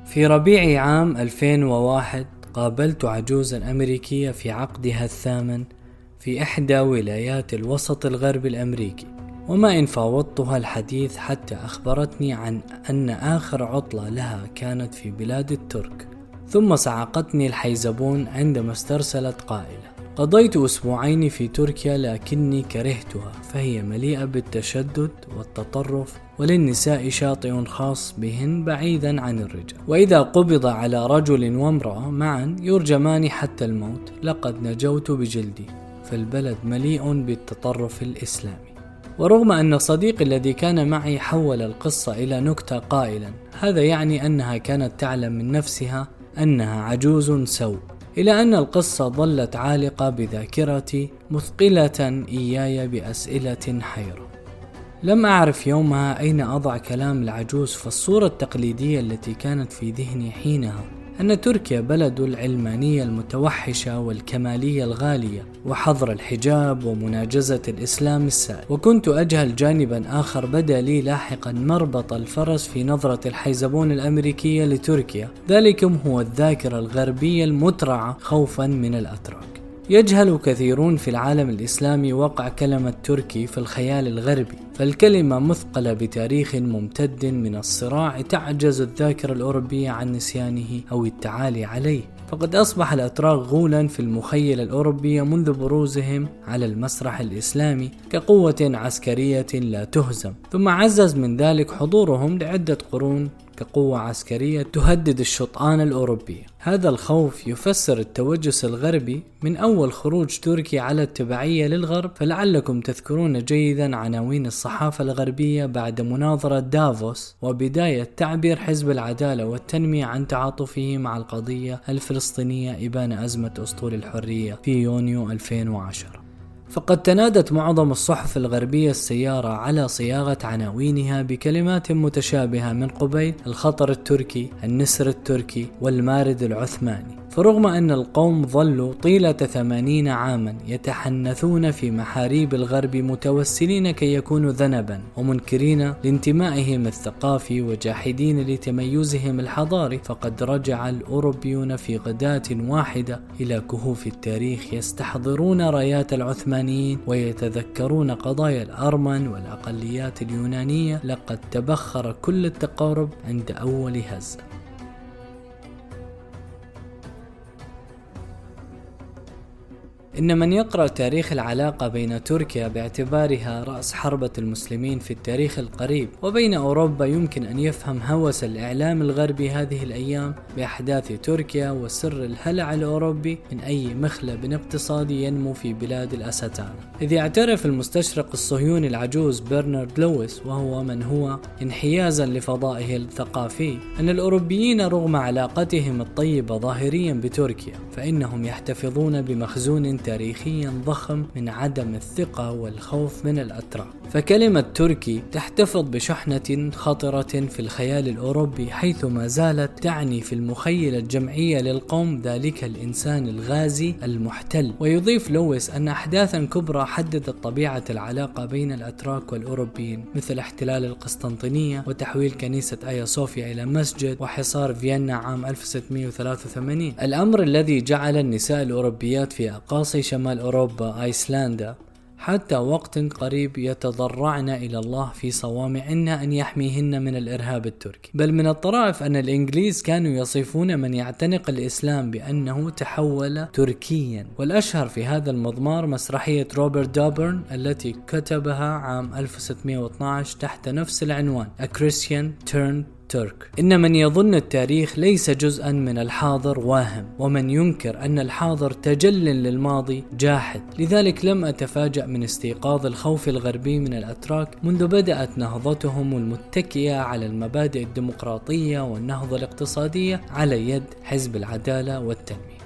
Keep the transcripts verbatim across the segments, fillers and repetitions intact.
في ربيع عام ألفين وواحد قابلت عجوزا أمريكية في عقدها الثامن في إحدى ولايات الوسط الغربي الأمريكي، وما إن فاوضتها الحديث حتى أخبرتني عن أن آخر عطلة لها كانت في بلاد الترك. ثم صعقتني الحيزبون عندما استرسلت قائلة: قضيت أسبوعين في تركيا لكني كرهتها، فهي مليئة بالتشدد والتطرف، وللنساء شاطئ خاص بهن بعيدا عن الرجال، وإذا قبض على رجل وامرأة معا يرجمان حتى الموت. لقد نجوت بجلدي، فالبلد مليء بالتطرف الإسلامي. ورغم أن صديقي الذي كان معي حول القصة إلى نكتة قائلا: هذا يعني أنها كانت تعلم من نفسها أنها عجوز سوء، إلى أن القصة ظلت عالقة بذاكرتي مثقلة إياي بأسئلة حيرة. لم أعرف يومها أين أضع كلام العجوز، فالصورة التقليدية التي كانت في ذهني حينها أن تركيا بلد العلمانية المتوحشة والكمالية الغالية وحظر الحجاب ومناجزة الإسلام السائد. وكنت أجهل جانبا آخر بدا لي لاحقا مربط الفرس في نظرة الحيزبون الأمريكية لتركيا، ذلكم هو الذاكرة الغربية المترعة خوفا من الأتراك. يجهل كثيرون في العالم الإسلامي وقع كلمة تركي في الخيال الغربي، فالكلمة مثقلة بتاريخ ممتد من الصراع تعجز الذاكرة الأوروبية عن نسيانه أو التعالي عليه. فقد أصبح الأتراك غولا في المخيلة الأوروبية منذ بروزهم على المسرح الإسلامي كقوة عسكرية لا تهزم، ثم عزز من ذلك حضورهم لعدة قرون كقوة عسكرية تهدد الشطآن الأوروبية. هذا الخوف يفسر التوجس الغربي من أول خروج تركيا على التبعية للغرب، فلعلكم تذكرون جيدا عناوين الصحافة الغربية بعد مناظرة دافوس وبداية تعبير حزب العدالة والتنمية عن تعاطفه مع القضية الفلسطينية إبان أزمة أسطول الحرية في يونيو ألفين وعشرة. فقد تنادت معظم الصحف الغربية السيارة على صياغة عناوينها بكلمات متشابهة من قبيل: الخطر التركي، النسر التركي، والمارد العثماني. فرغم أن القوم ظلوا طيلة ثمانين عاما يتحنثون في محاريب الغرب متوسلين كي يكونوا ذنبا ومنكرين لانتمائهم الثقافي وجاحدين لتميزهم الحضاري، فقد رجع الأوروبيون في غداة واحدة إلى كهوف التاريخ يستحضرون رايات العثمانيين ويتذكرون قضايا الأرمن والأقليات اليونانية. لقد تبخر كل التقارب عند أول هزة. إن من يقرأ تاريخ العلاقة بين تركيا باعتبارها رأس حربة المسلمين في التاريخ القريب وبين أوروبا يمكن أن يفهم هوس الإعلام الغربي هذه الأيام بأحداث تركيا وسر الهلع الأوروبي من أي مخلب اقتصادي ينمو في بلاد الأستانة. إذ يعترف المستشرق الصهيوني العجوز برنارد لويس، وهو من هو انحيازا لفضائه الثقافي، أن الأوروبيين رغم علاقتهم الطيبة ظاهريا بتركيا فإنهم يحتفظون بمخزون تاريخيا ضخم من عدم الثقة والخوف من الأتراك. فكلمة تركي تحتفظ بشحنة خطرة في الخيال الأوروبي، حيث ما زالت تعني في المخيلة الجمعية للقوم ذلك الإنسان الغازي المحتل. ويضيف لويس أن أحداثا كبرى حددت طبيعة العلاقة بين الأتراك والأوروبيين، مثل احتلال القسطنطينية وتحويل كنيسة آيا صوفيا إلى مسجد وحصار فيينا عام ألف وستمائة وثلاثة وثمانين، الأمر الذي جعل النساء الأوروبيات في أقاصي شمال أوروبا أيسلندا حتى وقت قريب يتضرعن إلى الله في صوامعهن أن يحميهن من الإرهاب التركي. بل من الطرائف أن الإنجليز كانوا يصفون من يعتنق الإسلام بأنه تحول تركيا، والأشهر في هذا المضمار مسرحية روبرت دابرن التي كتبها عام ألف وستمائة واثني عشر تحت نفس العنوان A Christian Turned ترك. إن من يظن التاريخ ليس جزءا من الحاضر واهم، ومن ينكر أن الحاضر تجل للماضي جاحد. لذلك لم أتفاجأ من استيقاظ الخوف الغربي من الأتراك منذ بدأت نهضتهم المتكئة على المبادئ الديمقراطية والنهضة الاقتصادية على يد حزب العدالة والتنمية.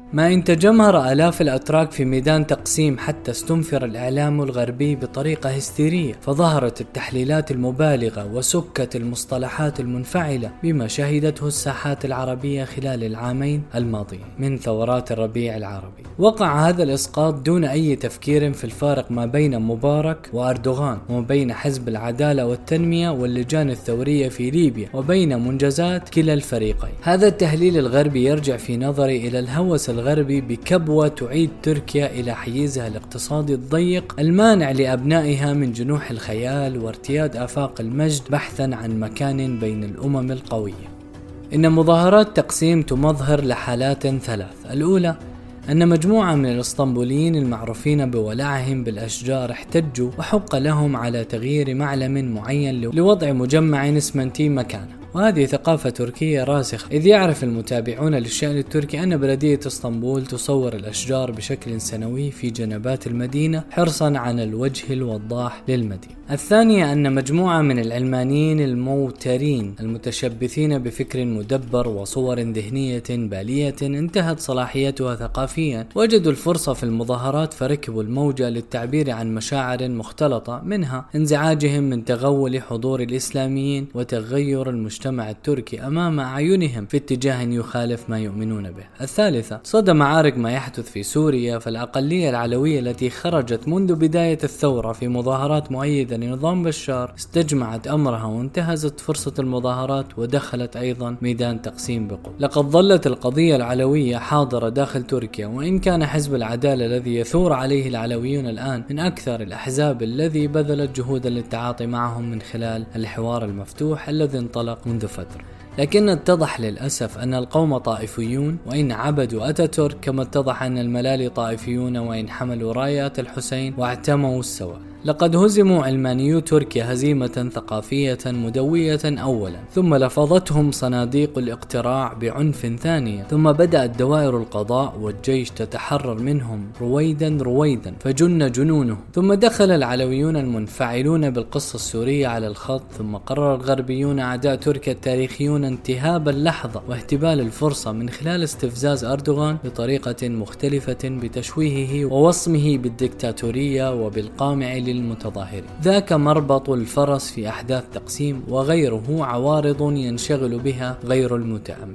ما إن تجمهر آلاف الأتراك في ميدان تقسيم حتى استنفر الإعلام الغربي بطريقة هستيرية، فظهرت التحليلات المبالغة وسكت المصطلحات المنفعلة بما شهدته الساحات العربية خلال العامين الماضيين من ثورات الربيع العربي. وقع هذا الإسقاط دون أي تفكير في الفارق ما بين مبارك وأردوغان، وما بين حزب العدالة والتنمية واللجان الثورية في ليبيا، وبين منجزات كلا الفريقين. هذا التحليل الغربي يرجع في نظري إلى الهوس الغربي بكبوة تعيد تركيا إلى حيزها الاقتصادي الضيق المانع لأبنائها من جنوح الخيال وارتياد آفاق المجد بحثا عن مكان بين الأمم القوية. إن مظاهرات تقسيم تمظهر لحالات ثلاث. الأولى أن مجموعة من الإسطنبوليين المعروفين بولعهم بالأشجار احتجوا وحق لهم على تغيير معلم معين لوضع مجمع إسمنتي مكانه، وهذه ثقافة تركية راسخة، إذ يعرف المتابعون للشأن التركي أن بلدية اسطنبول تصور الأشجار بشكل سنوي في جنبات المدينة حرصا على الوجه الوضاح للمدينة. الثانية أن مجموعة من العلمانيين الموترين المتشبثين بفكر مدبر وصور ذهنية بالية انتهت صلاحيتها ثقافيا وجدوا الفرصة في المظاهرات فركبوا الموجة للتعبير عن مشاعر مختلطة، منها انزعاجهم من تغول حضور الإسلاميين وتغير المجتمع التركي أمام أعينهم في اتجاه يخالف ما يؤمنون به. الثالثة صدى معارك ما يحدث في سوريا، فالأقلية العلوية التي خرجت منذ بداية الثورة في مظاهرات مؤيدة لنظام بشار استجمعت أمرها وانتهزت فرصة المظاهرات ودخلت أيضا ميدان تقسيم بقوة. لقد ظلت القضية العلوية حاضرة داخل تركيا، وإن كان حزب العدالة الذي يثور عليه العلويون الآن من أكثر الأحزاب الذي بذلت جهودا للتعاطي معهم من خلال الحوار المفتوح الذي انطلق منذ فترة، لكن اتضح للأسف أن القوم طائفيون وإن عبدوا أتاتورك، كما اتضح أن الملالي طائفيون وإن حملوا رايات الحسين واعتموا السواء. لقد هزموا علمانيو تركيا هزيمة ثقافية مدوية أولا، ثم لفظتهم صناديق الاقتراع بعنف ثانيا، ثم بدأت دوائر القضاء والجيش تتحرر منهم رويدا رويدا فجن جنونهم، ثم دخل العلويون المنفعلون بالقصة السورية على الخط، ثم قرر الغربيون أعداء تركيا التاريخيون انتهاب اللحظة واهتبال الفرصة من خلال استفزاز أردوغان بطريقة مختلفة بتشويهه ووصمه بالديكتاتورية وبالقامع للمتظاهرين. ذاك مربط الفرس في أحداث تقسيم، وغيره عوارض ينشغل بها غير المتأمل.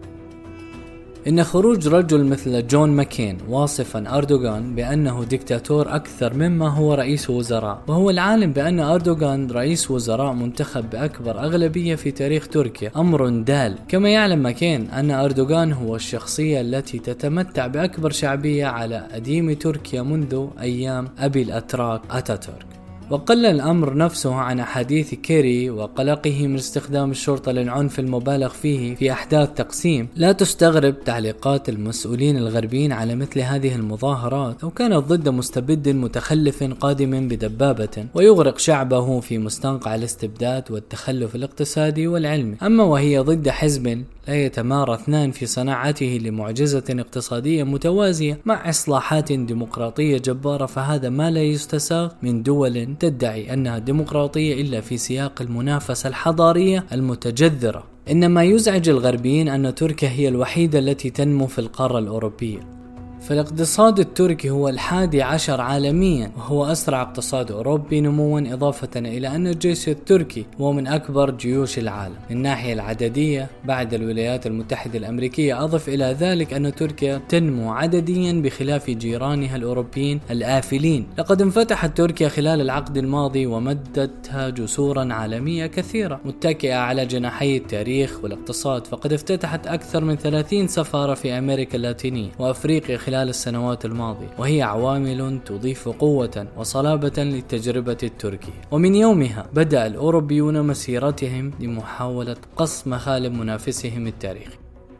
إن خروج رجل مثل جون ماكين واصفا أردوغان بأنه ديكتاتور أكثر مما هو رئيس وزراء، وهو العالم بأن أردوغان رئيس وزراء منتخب بأكبر أغلبية في تاريخ تركيا، أمر دال. كما يعلم ماكين أن أردوغان هو الشخصية التي تتمتع بأكبر شعبية على أديم تركيا منذ أيام أبي الأتراك أتاتورك. وقل الأمر نفسه عن أحاديث كيري وقلقه من استخدام الشرطة للعنف المبالغ فيه في أحداث تقسيم. لا تستغرب تعليقات المسؤولين الغربيين على مثل هذه المظاهرات، أو كانت ضد مستبد متخلف قادم بدبابة ويغرق شعبه في مستنقع الاستبداد والتخلف الاقتصادي والعلمي، أما وهي ضد حزب لا يتمارى اثنان في صناعته لمعجزة اقتصادية متوازية مع إصلاحات ديمقراطية جبارة، فهذا ما لا يستساغ من دول تدعي أنها ديمقراطية إلا في سياق المنافسة الحضارية المتجذرة. إنما يزعج الغربيين أن تركيا هي الوحيدة التي تنمو في القارة الأوروبية، فالاقتصاد التركي هو الحادي عشر عالميا، وهو أسرع اقتصاد أوروبي نموا، إضافة إلى أن الجيش التركي هو من أكبر جيوش العالم من الناحية العددية بعد الولايات المتحدة الأمريكية. أضف إلى ذلك أن تركيا تنمو عدديا بخلاف جيرانها الأوروبيين الآفلين. لقد انفتحت تركيا خلال العقد الماضي ومدتها جسورا عالمية كثيرة متكئة على جناحي التاريخ والاقتصاد، فقد افتتحت أكثر من ثلاثين سفارة في أمريكا اللاتينية وأفريقيا خلال السنوات الماضية، وهي عوامل تضيف قوة وصلابة للتجربة التركية. ومن يومها بدأ الأوروبيون مسيرتهم لمحاولة قص مخالب منافسهم التاريخي.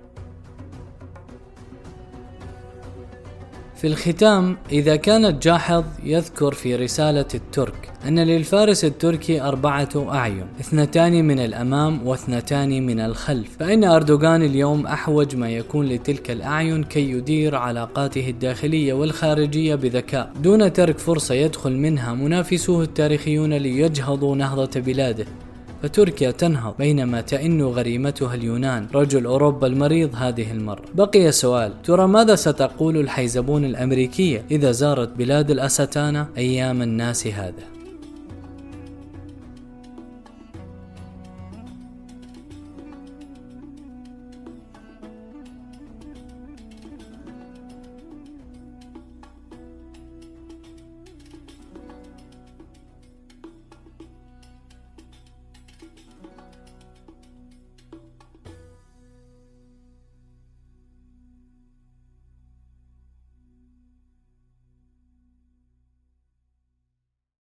في الختام، إذا كانت جاحظ يذكر في رسالة الترك أن للفارس التركي أربعة أعين، اثنتان من الأمام واثنتان من الخلف، فإن أردوغان اليوم أحوج ما يكون لتلك الأعين كي يدير علاقاته الداخلية والخارجية بذكاء دون ترك فرصة يدخل منها منافسوه التاريخيون ليجهضوا نهضة بلاده. فتركيا تنهض بينما تئن غريمتها اليونان رجل أوروبا المريض هذه المرة. بقي سؤال: ترى ماذا ستقول الحيزبون الأمريكية إذا زارت بلاد الأستانة أيام الناس هذا؟